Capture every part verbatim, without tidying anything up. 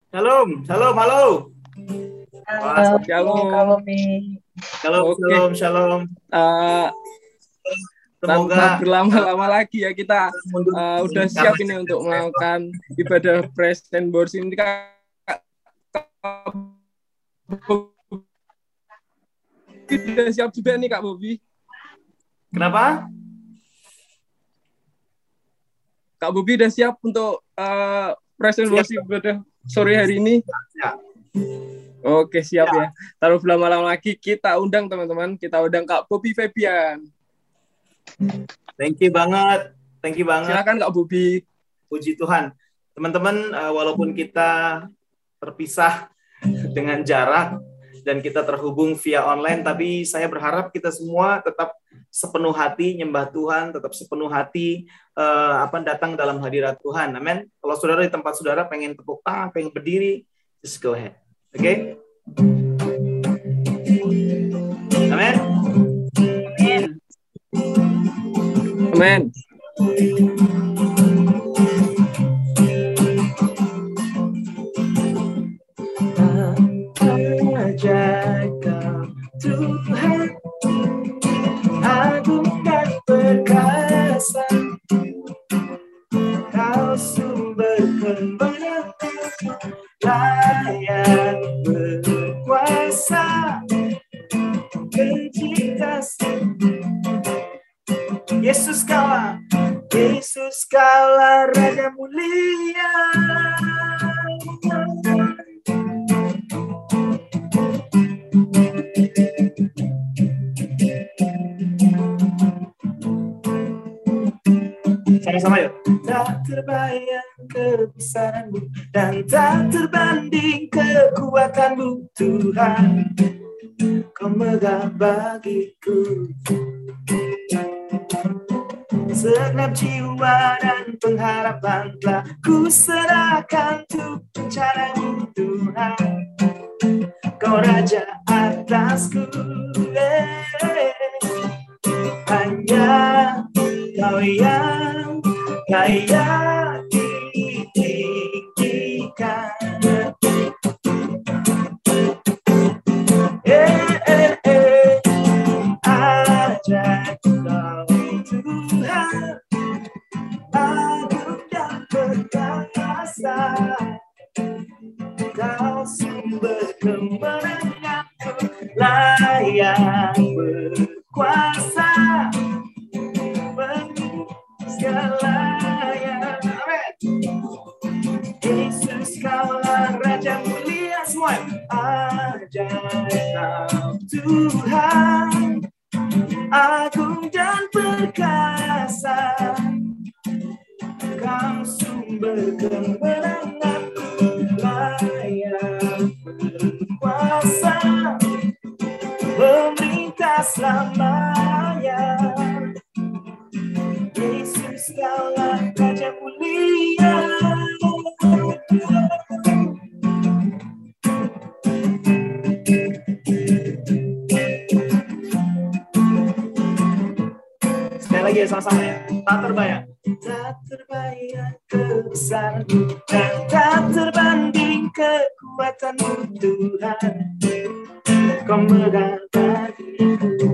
Shalom, shalom, halo. Halo, Shalom. Kak Bobi. Shalom, Oke. shalom, shalom. Uh, Semoga tanpa berlama-lama lagi ya kita mundur. uh, udah siap ini untuk melakukan ibadah praise and worship ini Kak. Sudah siap juga nih Kak Bobi. Kenapa? Kak Bobi udah siap untuk uh, praise and worship ibadah sore hari ini? Siap. Oke, siap ya. Taruh berlama-lama lagi, kita undang teman-teman, kita undang Kak Bobi Febian. Thank you banget, thank you banget. Silakan Kak Bobi. Puji Tuhan. Teman-teman, uh, walaupun kita terpisah dengan jarak dan kita terhubung via online, tapi saya berharap kita semua tetap sepenuh hati nyembah Tuhan, tetap sepenuh hati uh, apa datang dalam hadirat Tuhan. Amin. Kalau saudara di tempat saudara pengen tepuk tangan, pengen berdiri, just go ahead. Oke? Okay? Amin. Amin. Jaga Tuhan, agung dan perkasa, Kau sumber kebenaran, layak berkuasa, pencipta. Yesus Kaulah, Yesus Kaulah Raja mulia. Sama-sama yuk. Tak terbayang kebesaranmu dan tak terbanding kekuatanmu, Tuhan. Kau megah bagiku. Segenap jiwa dan pengharapan telah ku serahkan untuk rencanamu, Tuhan. Kau Raja atasku, eh. Hanya Kau yang layak ditinggikan. Eh, eh, eh. Ajaib Kau Tuhan, agung dan perkasa, Kau sumber kemenanganku, layak berkuasa, segalanya. Amin. Yesus Kaulah Raja mulia semua. Ajaib Kau Tuhan, agung dan perkasa, Kau sumber kemenanganku, layak berkuasa, pemerintah selamanya. Yesus Kaulah Raja mulia. Sekali lagi ya sama-sama ya. Tak terbayang, tak terbayang kebesaranmu dan tak terbanding kekuatanmu, Tuhan. Kau megah bagiku.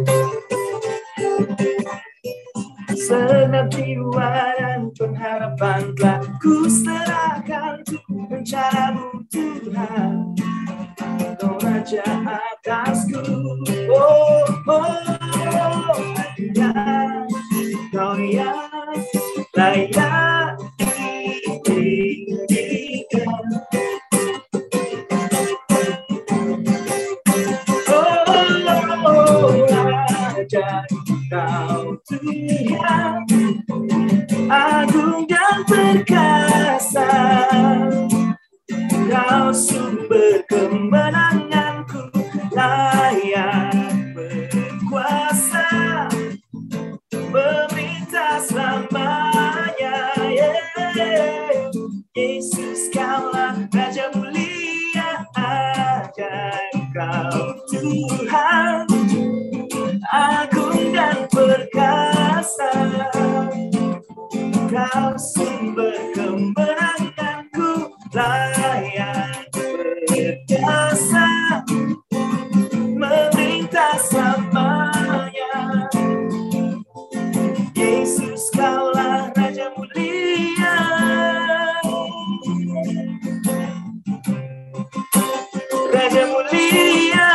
Segenap jiwa dan pengharapan telah ku serahkan untuk rencanamu, Tuhan. Kau Raja atasku, oh, oh, hanya Kau yang layak ditinggikan. Oh, oh, oh, Raja Kau Tuhan, agung dan perkasa, Kau sumber kemenanganku, layak berkuasa, pemerintah selamanya. Yeah. Yesus Kaulah Raja mulia, ajaib Kau Tuhan, agung dan perkasa, Kau sumber kemenanganku, layak berkuasa memerintah selamanya. Yesus, kaulah Raja mulia, Raja mulia,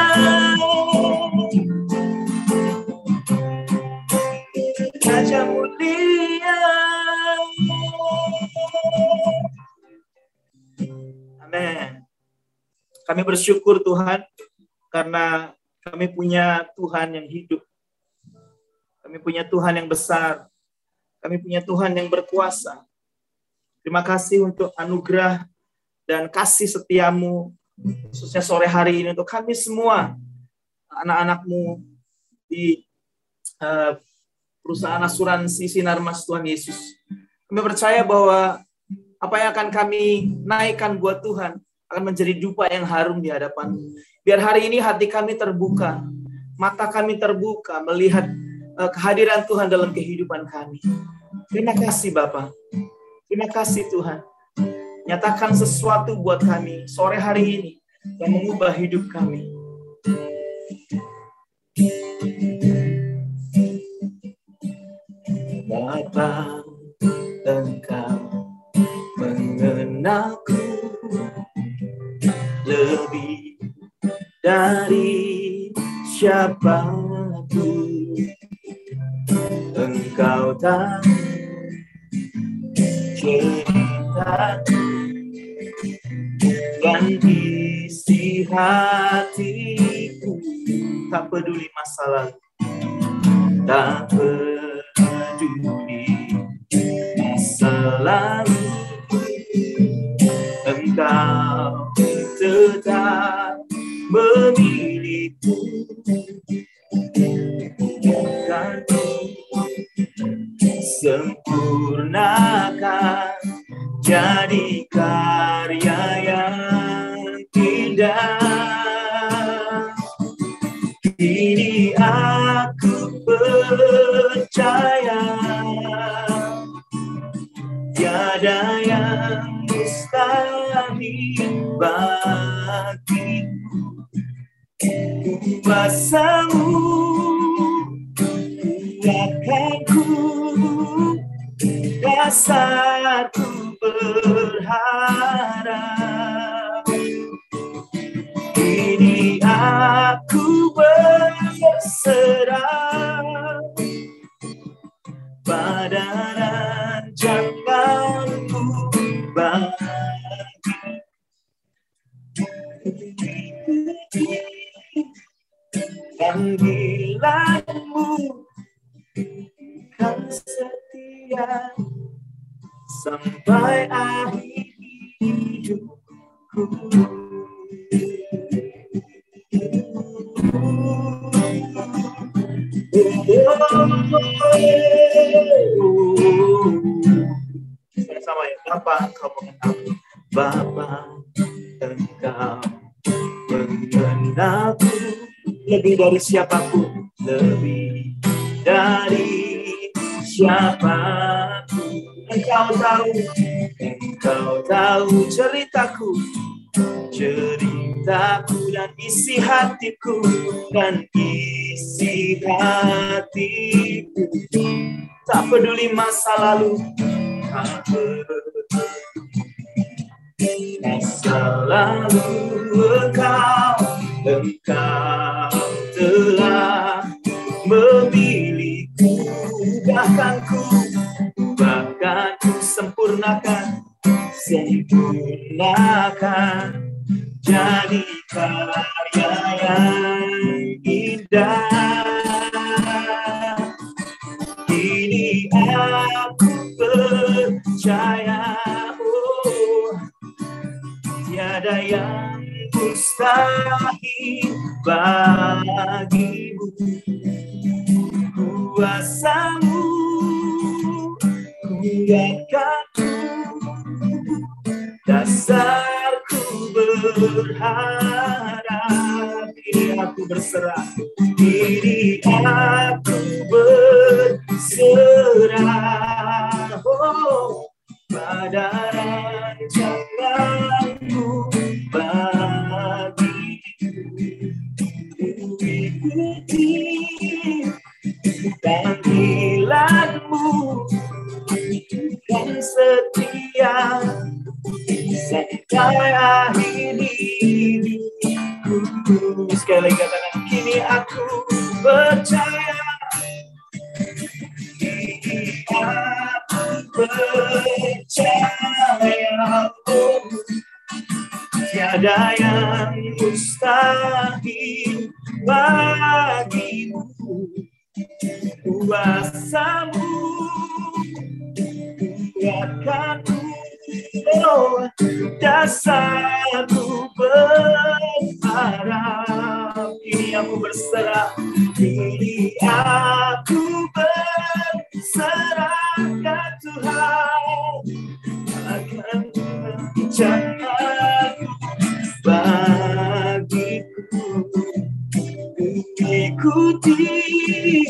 Raja mulia. Amin. Kami bersyukur Tuhan karena kami punya Tuhan yang hidup. Kami punya Tuhan yang besar. Kami punya Tuhan yang berkuasa. Terima kasih untuk anugerah dan kasih setiamu, khususnya sore hari ini untuk kami semua, anak-anakmu di uh, perusahaan asuransi Sinarmas Tuhan Yesus. Kami percaya bahwa apa yang akan kami naikkan buat Tuhan akan menjadi dupa yang harum di hadapan. Biar hari ini hati kami terbuka, mata kami terbuka melihat uh, kehadiran Tuhan dalam kehidupan kami. Terima kasih Bapa. Terima kasih Tuhan. Nyatakan sesuatu buat kami sore hari ini yang mengubah hidup kami. Bapa, Engkau mengenalku lebih dari siapapun. Engkau tahu ceritaku dan isi hatiku. Tak peduli masa lalu, tak peduli masa lalu, Engkau tetap memilihku. Bukan sempurnakan jadi karya yang indah. Kini aku percaya tiada yang mustahil bagiku. Kuasamu kuatkanku, dasarku berharap. Kini aku berserah pada rancanganmu bagi panggilanmu kan setia sampai akhir hidupku. Sama ya, Bapa, Engkau mengenalku. Bapa, Engkau mengenalku lebih dari siapapun, lebih dari siapapun. Engkau tahu, Engkau tahu ceritaku, ceritaku dan isi hatiku, dan isi hatiku. Tak peduli masa lalu, tak peduli masa lalu. Engkau, Engkau telah memilihku, bahkan ku, bahkan ku sempurnakan, sempurnakan jadi karya yang indah. Kini aku percaya, oh, tiada yang mustahil bagimu. Kuasamu kuatkanku, dasarku berharap. Kini aku berserah, kini aku berserah, oh, pada rancanganmu bagi. akhiri hidupku. Sekali lagi katakan, kini aku percaya. Kini aku percaya, oh, tiada yang mustahil bagimu. Kuasamu kuatkanku, oh, dasarku berharap. Kini aku berserah, kini aku berserah ke Tuhan. Akan jangan bagiku ikuti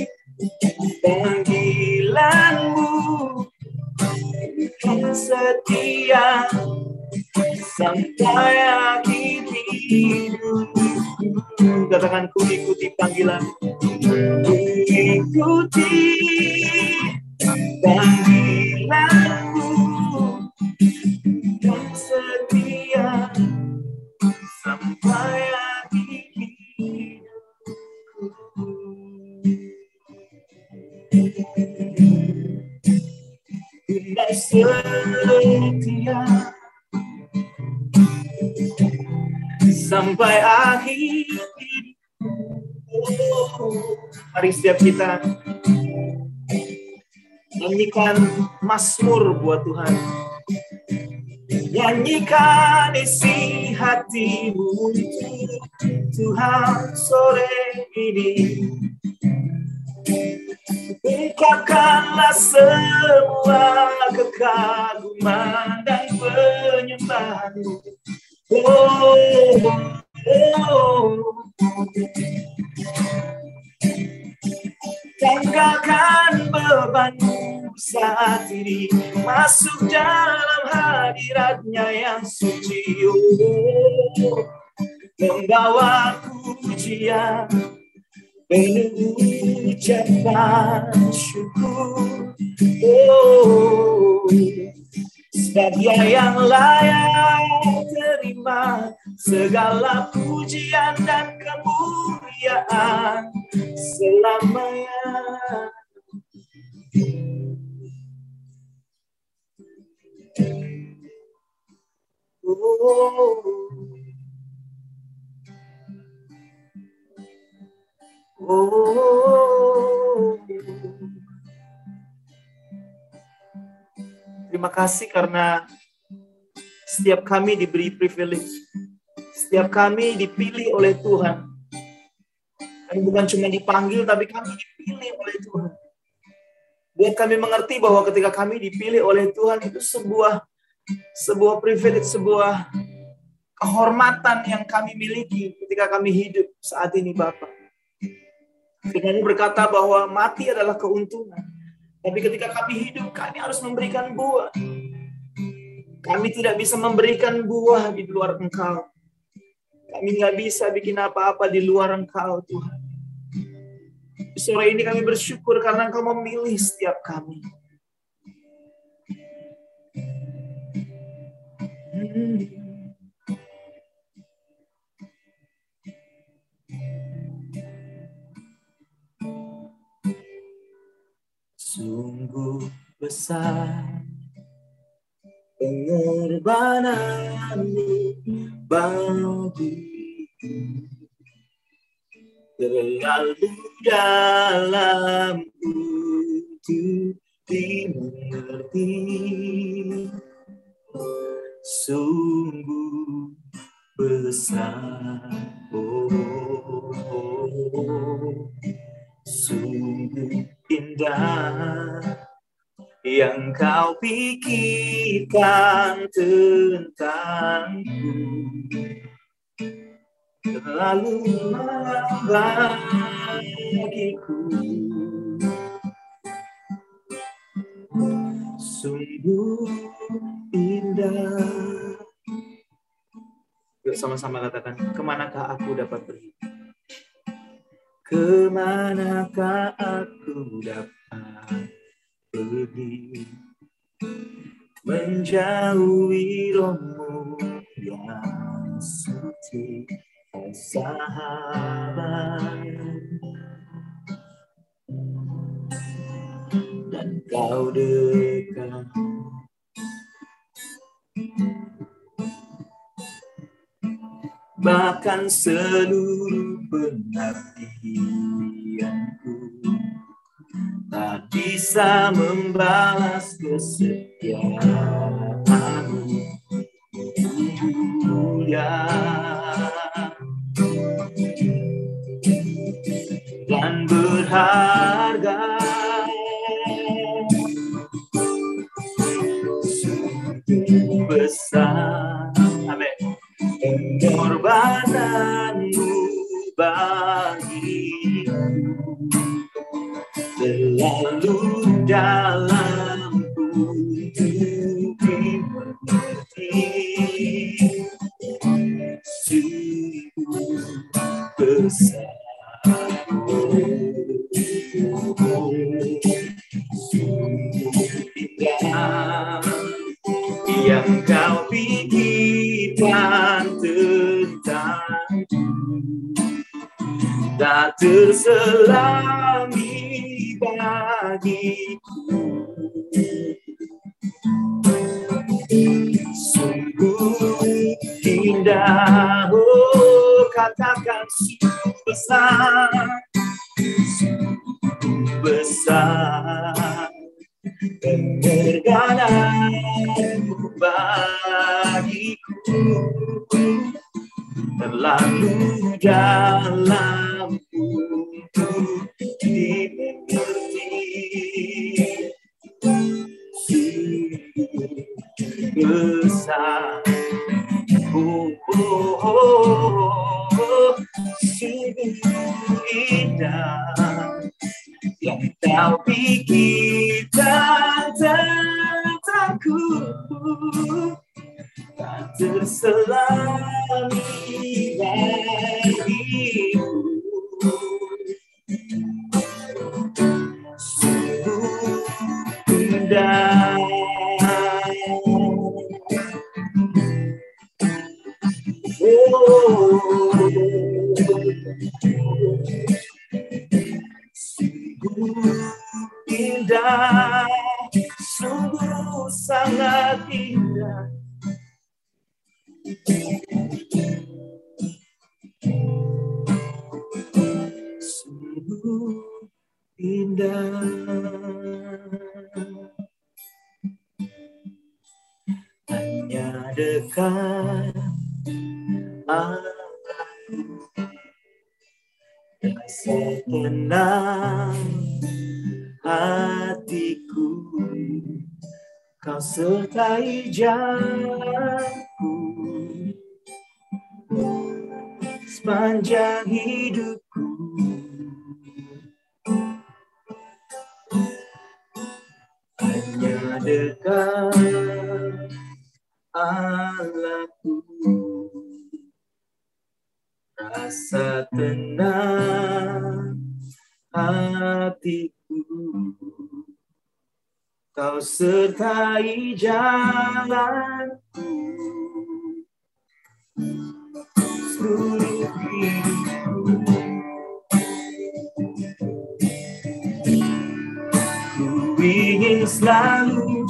panggilanmu, kan setia sampai akhir hidup. Katakan, ku ikuti panggilan, ku ikuti panggilanmu, kan setia sampai akhir hidupku. Ku setia sampai akhir hidup. Oh, mari setiap kita nyanyikan mazmur buat Tuhan. Nyanyikan isi hatimu untuk Tuhan sore ini. Ungkapkanlah semua kekaguman dan penyembahmu. Oh, oh. Tanggalkan bebanmu saat ini, masuk dalam hadiratnya yang suci. Oh, membawa pujian penuh ucapan syukur. Oh, sebab Dia yang layak terima segala pujian dan kemuliaan selamanya. Oh, oh. Terima kasih karena setiap kami diberi privilege, setiap kami dipilih oleh Tuhan. Kami bukan cuma dipanggil, tapi kami dipilih oleh Tuhan. Buat kami mengerti bahwa ketika kami dipilih oleh Tuhan itu sebuah sebuah privilege, sebuah kehormatan yang kami miliki ketika kami hidup saat ini, Bapak. Firman-Mu berkata bahwa mati adalah keuntungan. Tapi ketika kami hidup, kami harus memberikan buah. Kami tidak bisa memberikan buah di luar Engkau. Kami nggak bisa bikin apa-apa di luar Engkau, Tuhan. Sore ini kami bersyukur karena Engkau memilih setiap kami. Hmm. Sungguh besar pengorbananmu bagiku, terlalu dalam untuk dimengerti. Sungguh besar, oh, oh, oh. Sungguh indah yang Kau pikirkan tentangku, terlalu bagiku. Sungguh indah. Yuk sama-sama katakan, kemanakah aku dapat pergi? Kemanakah aku dapat pergi? Menjauhi Roh-Mu yang hati sahabat, dan kau dekat. Bahkan seluruh pengabdianku tak bisa membalas kesetiaanmu, mulia dan berharga. Sungguh besar, amin, pengorbananmu bagiku, selalu dalam untuk dimengerti. Sungguh besar, sungguh indah yang kau pikirkan tentangku, tak terselami bagiku. Sungguh indah, oh katakan sungguh besar, sungguh besar pengorbananmu bagiku, terlalu dalam untuk dimengerti. Sungguh besar, oh, oh, oh, oh, sungguh indah yang kau pikirkan tentangku, tak terselami bagiku. Sungguh indah, oh, sungguh indah, sungguh sangat indah. Sungguh indah, hanya dekat aku, rasa tenang hatiku, kau sertai jalanku sepanjang hidupku. Hanya dekat Allahku, rasa tenang hatiku, kau sertai jalanku seluruh hidupku. Ku ingin selalu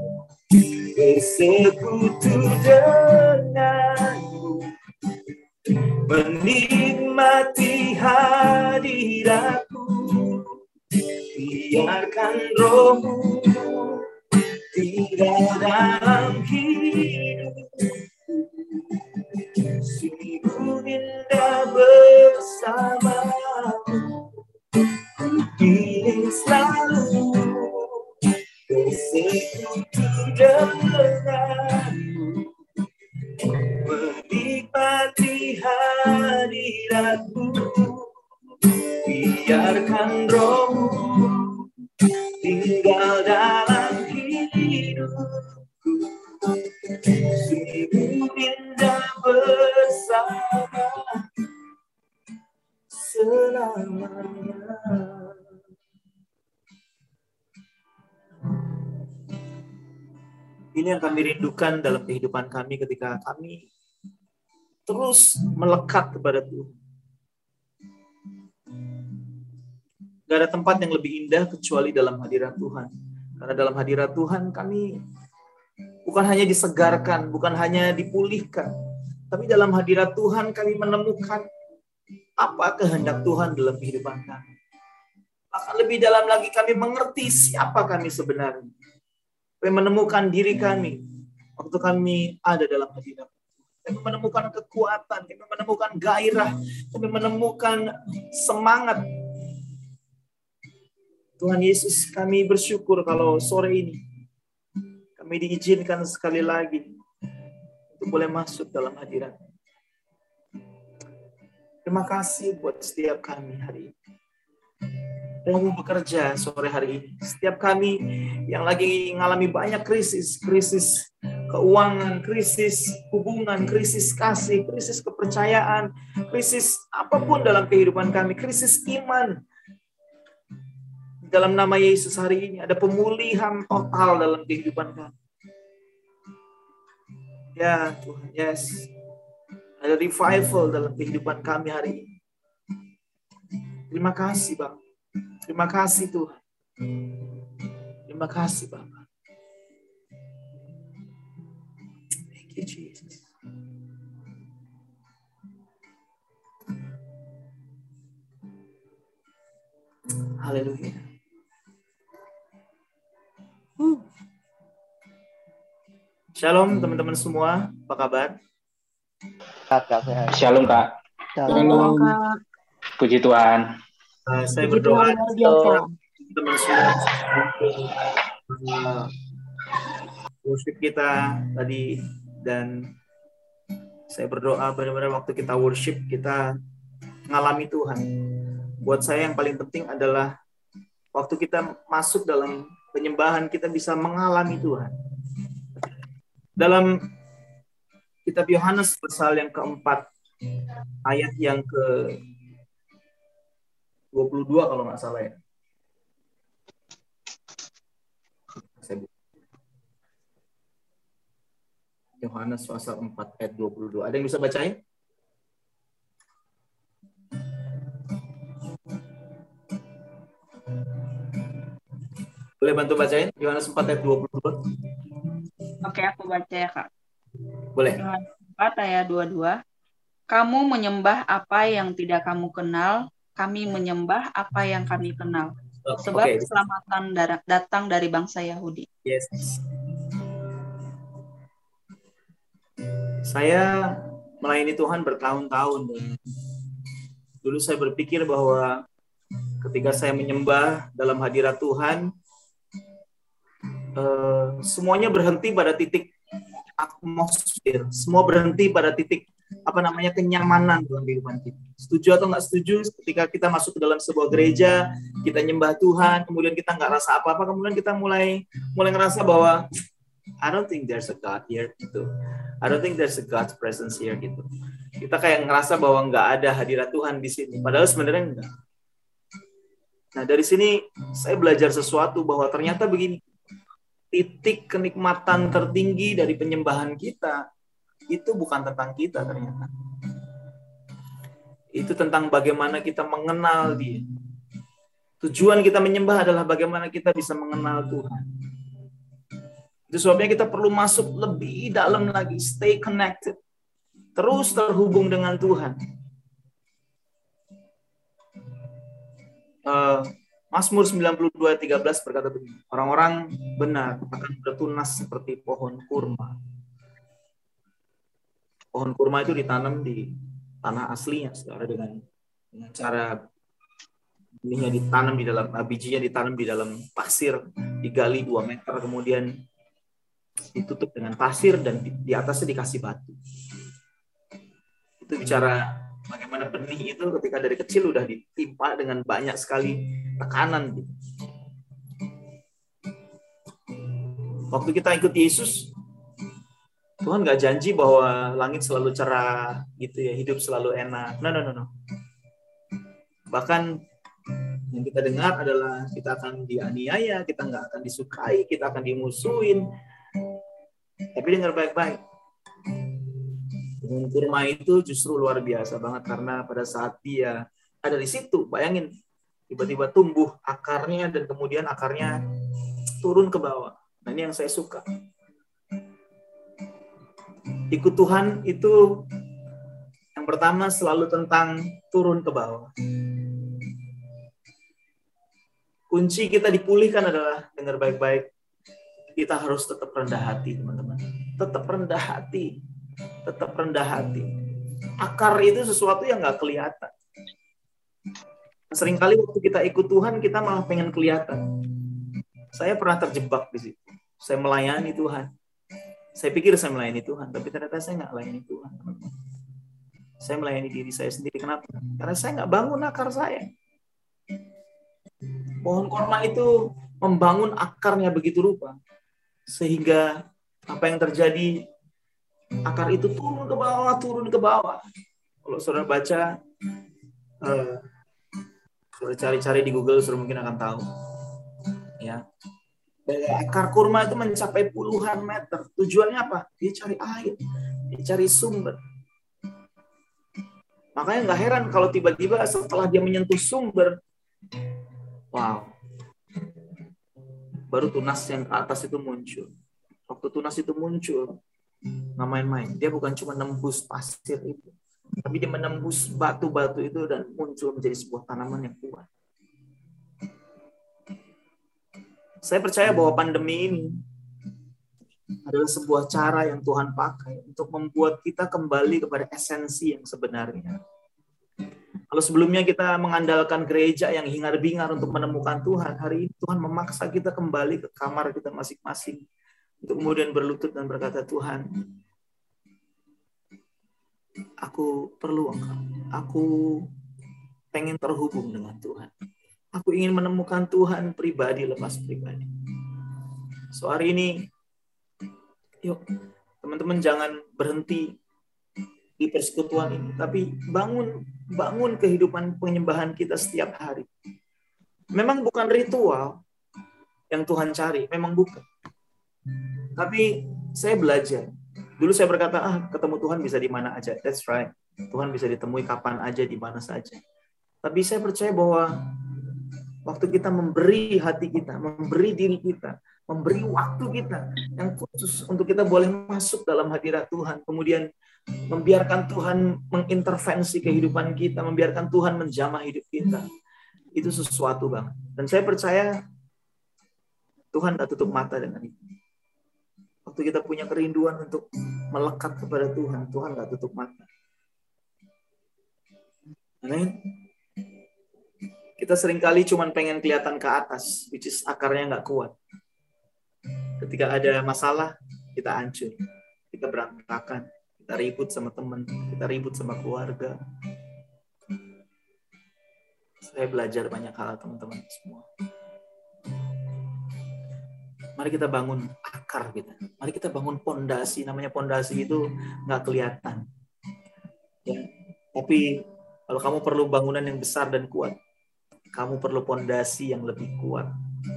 bersekutu denganmu, menikmati hadiratmu, biarkan rohmu tinggal dalam hidupku. Sungguh indah bersamamu, ku ingin selalu bersekutu denganmu, menikmati hadiratmu, biarkan rohmu tinggal dalam hidupku. Sungguh indah bersama selamanya. Ini yang kami rindukan dalam kehidupan kami ketika kami terus melekat kepada Tuhan. Gak ada tempat yang lebih indah kecuali dalam hadirat Tuhan. Karena dalam hadirat Tuhan kami bukan hanya disegarkan, bukan hanya dipulihkan, tapi dalam hadirat Tuhan kami menemukan apa kehendak Tuhan dalam kehidupan kami. Bahkan lebih dalam lagi kami mengerti siapa kami sebenarnya. Kami menemukan diri kami waktu kami ada dalam hadirat. Kami menemukan kekuatan, kami menemukan gairah, kami menemukan semangat. Tuhan Yesus, kami bersyukur kalau sore ini kami diizinkan sekali lagi untuk boleh masuk dalam hadirat. Terima kasih buat setiap kami hari ini. Yang bekerja sore hari ini. Setiap kami yang lagi mengalami banyak krisis, krisis keuangan, krisis hubungan, krisis kasih, krisis kepercayaan, krisis apapun dalam kehidupan kami, krisis iman. Dalam nama Yesus hari ini ada pemulihan total dalam kehidupan kami. Ya Tuhan, yes. Ada revival dalam kehidupan kami hari ini. Terima kasih Bang. Terima kasih Tuhan. Terima kasih Bapak. Thank you Jesus. Haleluya. Uh. Shalom teman-teman semua, apa kabar? Shalom Kak. Shalom. Kak. Puji Tuhan. Uh, saya Puji berdoa Tuhan, luar biasa. teman semua uh, worship kita tadi, dan saya berdoa benar-benar waktu kita worship kita mengalami Tuhan. Buat saya yang paling penting adalah waktu kita masuk dalam penyembahan kita bisa mengalami Tuhan. Dalam kitab Yohanes pasal yang keempat, ayat yang ke dua puluh dua kalau nggak salah ya. Yohanes pasal empat ayat dua puluh dua. Ada yang bisa bacain? Boleh bantu bacain Yohanes empat ayat dua puluh dua? Oke, aku baca ya Kak. Boleh. Yohanes empat ayat dua puluh dua. Kamu menyembah apa yang tidak kamu kenal, kami menyembah apa yang kami kenal. Sebab Okay. keselamatan datang dari bangsa Yahudi. Yes. Saya melayani Tuhan bertahun-tahun. Dulu saya berpikir bahwa ketika saya menyembah dalam hadirat Tuhan, eh, semuanya berhenti pada titik atmosfer, semua berhenti pada titik apa namanya kenyamanan dalam kehidupan kita. Setuju atau nggak setuju? Ketika kita masuk ke dalam sebuah gereja, kita nyembah Tuhan, kemudian kita nggak rasa apa-apa, kemudian kita mulai mulai ngerasa bahwa I don't think there's a God here gitu. I don't think there's a God's presence here gitu. Kita kayak ngerasa bahwa nggak ada hadirat Tuhan di sini. Padahal sebenarnya enggak. Nah dari sini saya belajar sesuatu bahwa ternyata begini. Titik kenikmatan tertinggi dari penyembahan kita itu bukan tentang kita ternyata. Itu tentang bagaimana kita mengenal Dia. Tujuan kita menyembah adalah bagaimana kita bisa mengenal Tuhan. Itu sebabnya kita perlu masuk lebih dalam lagi, stay connected, terus terhubung dengan Tuhan. Uh, Mazmur sembilan puluh dua ayat tiga belas berkata begini, orang-orang benar akan bertunas seperti pohon kurma. Pohon kurma itu ditanam di tanah aslinya, saudara, dengan, dengan cara benihnya ditanam di dalam, bijinya ditanam di dalam pasir, digali dua meter, kemudian ditutup dengan pasir dan di, di atasnya dikasih batu. Itu bicara bagaimana benih itu ketika dari kecil udah ditimpa dengan banyak sekali tekanan. Waktu kita ikut Yesus, Tuhan gak janji bahwa langit selalu cerah gitu ya, hidup selalu enak. No, no, no, no. Bahkan yang kita dengar adalah kita akan dianiaya, kita nggak akan disukai, kita akan dimusuhin. Tapi dengar baik-baik. Pohon kurma itu justru luar biasa banget karena pada saat dia ada di situ, bayangin tiba-tiba tumbuh akarnya dan kemudian akarnya turun ke bawah. Nah, ini yang saya suka. Ikut Tuhan itu yang pertama selalu tentang turun ke bawah. Kunci kita dipulihkan adalah, dengar baik-baik, kita harus tetap rendah hati, teman-teman. Tetap rendah hati. Tetap rendah hati. Akar itu sesuatu yang nggak kelihatan. Seringkali waktu kita ikut Tuhan, kita malah pengen kelihatan. Saya pernah terjebak di situ. Saya melayani Tuhan. Saya pikir saya melayani Tuhan, tapi ternyata saya nggak melayani Tuhan. Saya melayani diri saya sendiri. Kenapa? Karena saya nggak bangun akar saya. Pohon kurma itu membangun akarnya begitu rupa, sehingga apa yang terjadi, akar itu turun ke bawah, turun ke bawah. Kalau saudara baca, uh, saudara cari-cari di Google, saudara mungkin akan tahu. Ya, akar kurma itu mencapai puluhan meter. Tujuannya apa? Dia cari air, dia cari sumber. Makanya nggak heran kalau tiba-tiba setelah dia menyentuh sumber, wow, baru tunas yang atas itu muncul. Waktu tunas itu muncul, nggak main-main. Dia bukan cuma nembus pasir itu, tapi dia menembus batu-batu itu dan muncul menjadi sebuah tanaman yang kuat. Saya percaya bahwa pandemi ini adalah sebuah cara yang Tuhan pakai untuk membuat kita kembali kepada esensi yang sebenarnya. Kalau sebelumnya kita mengandalkan gereja yang hingar-bingar untuk menemukan Tuhan, hari ini Tuhan memaksa kita kembali ke kamar kita masing-masing untuk kemudian berlutut dan berkata, Tuhan, aku perlu Engkau. Aku pengen terhubung dengan Tuhan. Aku ingin menemukan Tuhan pribadi lepas pribadi. So hari ini, yuk teman-teman jangan berhenti di persekutuan ini, tapi bangun bangun kehidupan penyembahan kita setiap hari. Memang bukan ritual yang Tuhan cari, memang bukan. Tapi saya belajar. Dulu saya berkata, ah ketemu Tuhan bisa di mana aja. That's right. Tuhan bisa ditemui kapan aja, di mana saja. Tapi saya percaya bahwa waktu kita memberi hati kita, memberi diri kita, memberi waktu kita yang khusus untuk kita boleh masuk dalam hadirat Tuhan, kemudian membiarkan Tuhan mengintervensi kehidupan kita, membiarkan Tuhan menjamah hidup kita, itu sesuatu banget. Dan saya percaya Tuhan tak tutup mata dengan itu. Waktu kita punya kerinduan untuk melekat kepada Tuhan, Tuhan tak tutup mata. Amin. Kita seringkali cuma pengen kelihatan ke atas, which is akarnya nggak kuat. Ketika ada masalah, kita hancur, kita berantakan, kita ribut sama teman, kita ribut sama keluarga. Saya belajar banyak hal, teman-teman semua. Mari kita bangun akar kita. Mari kita bangun pondasi. Namanya pondasi itu nggak kelihatan. Ya. Tapi kalau kamu perlu bangunan yang besar dan kuat, kamu perlu pondasi yang lebih kuat.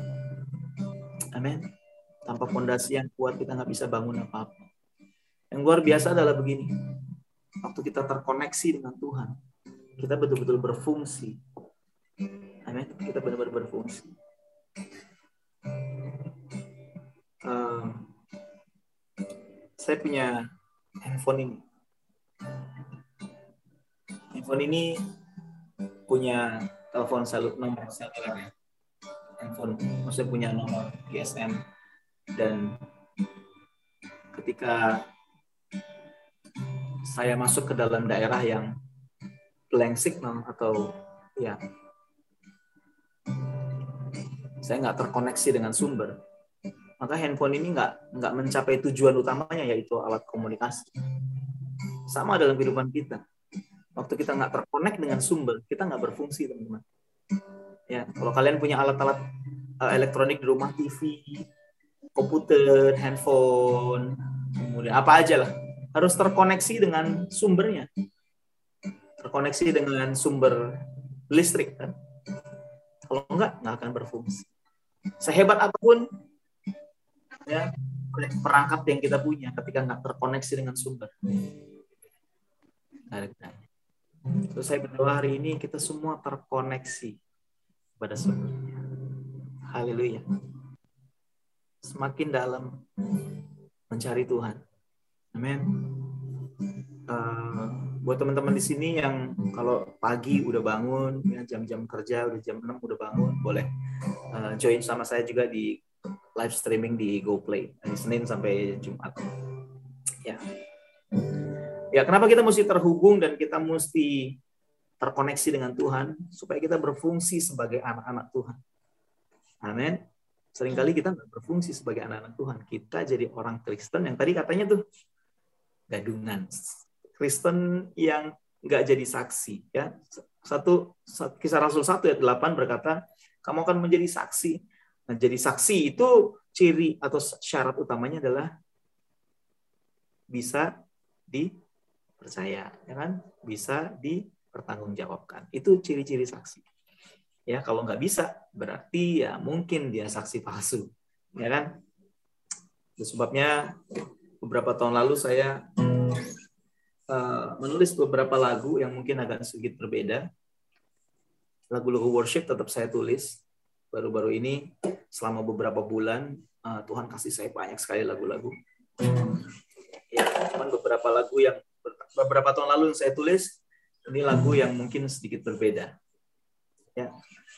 Amin. Tanpa pondasi yang kuat, kita nggak bisa bangun apa-apa. Yang luar biasa adalah begini. Waktu kita terkoneksi dengan Tuhan, kita betul-betul berfungsi. Amin. Kita benar-benar berfungsi. Uh, saya punya handphone ini. Handphone ini punya telepon salut nomor seluler. Handphone, maksudnya punya nomor G S M. Dan ketika saya masuk ke dalam daerah yang blank signal atau ya saya nggak terkoneksi dengan sumber, maka handphone ini nggak nggak mencapai tujuan utamanya, yaitu alat komunikasi. Sama dalam kehidupan kita. Waktu kita nggak terkonek dengan sumber, kita nggak berfungsi, teman-teman. Ya, kalau kalian punya alat-alat uh, elektronik di rumah, T V, komputer, handphone, kemudian apa aja lah, harus terkoneksi dengan sumbernya. Terkoneksi dengan sumber listrik, kan? Kalau enggak, nggak akan berfungsi. Sehebat apapun ya perangkat yang kita punya, ketika nggak terkoneksi dengan sumber, nggak ada gunanya. Terus saya berdoa hari ini kita semua terkoneksi pada sumbernya. Haleluya. Semakin dalam mencari Tuhan. Amin. Uh, buat teman-teman di sini yang kalau pagi udah bangun, ya, jam-jam kerja udah jam enam udah bangun, boleh uh, join sama saya juga di live streaming di GoPlay dari Senin sampai Jumat. Ya. Ya, kenapa kita mesti terhubung dan kita mesti terkoneksi dengan Tuhan supaya kita berfungsi sebagai anak-anak Tuhan. Amin. Seringkali kita nggak berfungsi sebagai anak-anak Tuhan. Kita jadi orang Kristen yang tadi katanya tuh gadungan. Kristen yang nggak jadi saksi. Ya, satu Kisah Rasul satu ayat delapan berkata, kamu akan menjadi saksi. Nah, jadi saksi itu ciri atau syarat utamanya adalah bisa dipercaya, ya kan? Bisa dipertanggungjawabkan. Itu ciri-ciri saksi. Ya, kalau nggak bisa, berarti ya mungkin dia saksi palsu, ya kan? Itu sebabnya beberapa tahun lalu saya uh, menulis beberapa lagu yang mungkin agak sedikit berbeda. Lagu-lagu worship tetap saya tulis. Baru-baru ini, selama beberapa bulan, uh, Tuhan kasih saya banyak sekali lagu-lagu. Ya, cuman beberapa lagu yang beberapa tahun lalu yang saya tulis, ini lagu yang mungkin sedikit berbeda. Ya.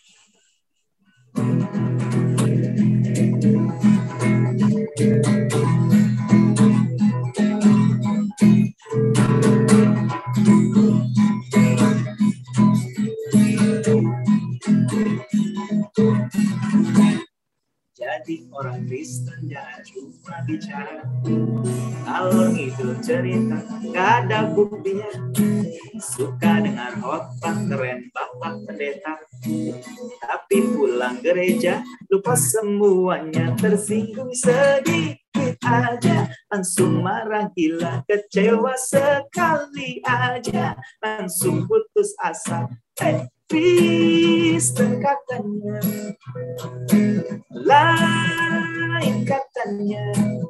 Jadi orang Kristen jangan cuma bicara, kalau itu cerita gak ada buktinya. Suka dengan khotbah keren Bapak Pendeta, tapi pulang gereja lupa semuanya, tersinggung sedikit aja langsung marah gila, kecewa sekali aja langsung putus asa. Hey, Kristen katanya, lain katanya,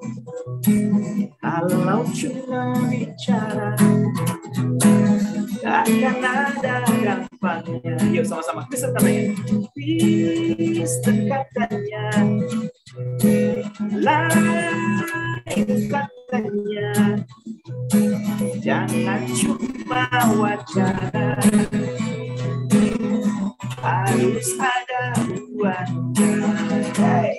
kalau cuma bicara gak akan ada dampaknya. Yuk sama-sama, Kristen katanya, Kristen katanya, lain katanya, jangan cuma wacana, harus ada buahnya. Hey.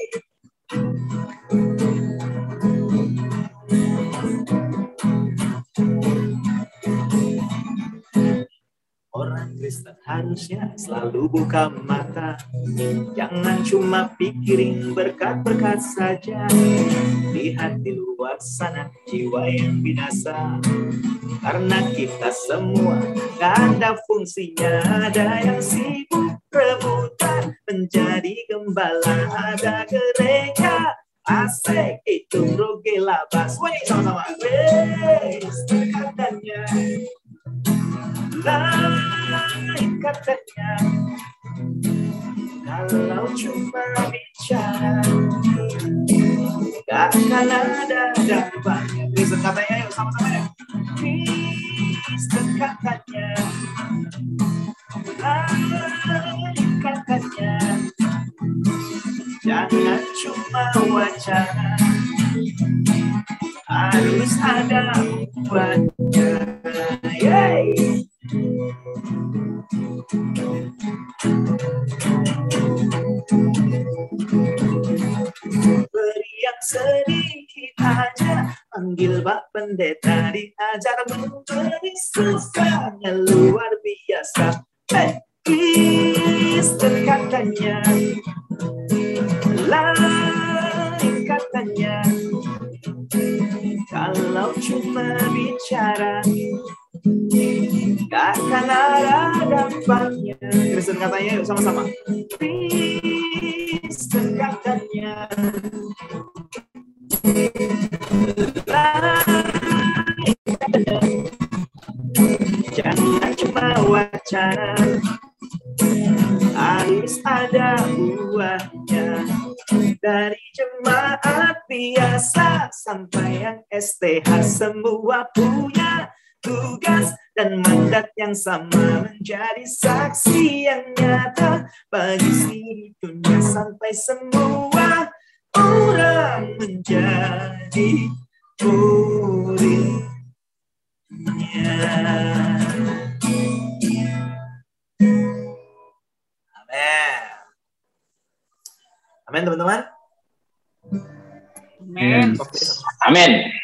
Orang Kristen harusnya selalu buka mata, jangan cuma pikirin berkat-berkat saja. Lihat di luar sana jiwa yang binasa, karena kita semua gak ada fungsinya. Ada yang sibuk rebutan menjadi gembala, ada gereja asik itu roge labas. Woi, sama-sama. Wes, katanya lain katanya, kalau cuma bicara gak akan ada dampaknya. Kristen katanya, yuk sama-sama ya. Kristen katanya, lain katanya, jangan cuma wacana, harus ada buahnya. Yeay. Beri yang sedikit aja, panggil Pak Pendeta, diajar memberi susahnya luar biasa. Hey, Kristen katanya, lain katanya, kalau cuma bicara gak akan ada dampaknya. Kristen katanya, yuk sama-sama. Kristen katanya, jangan cuma wacana, harus ada buahnya. Dari jemaat biasa sampai yang S T H semua punya tugas dan mandat yang sama, menjadi saksi yang nyata bagi seluruh dunia sampai semua orang menjadi muridnya. Amin. Amin teman-teman. Amin. Oke. Amin.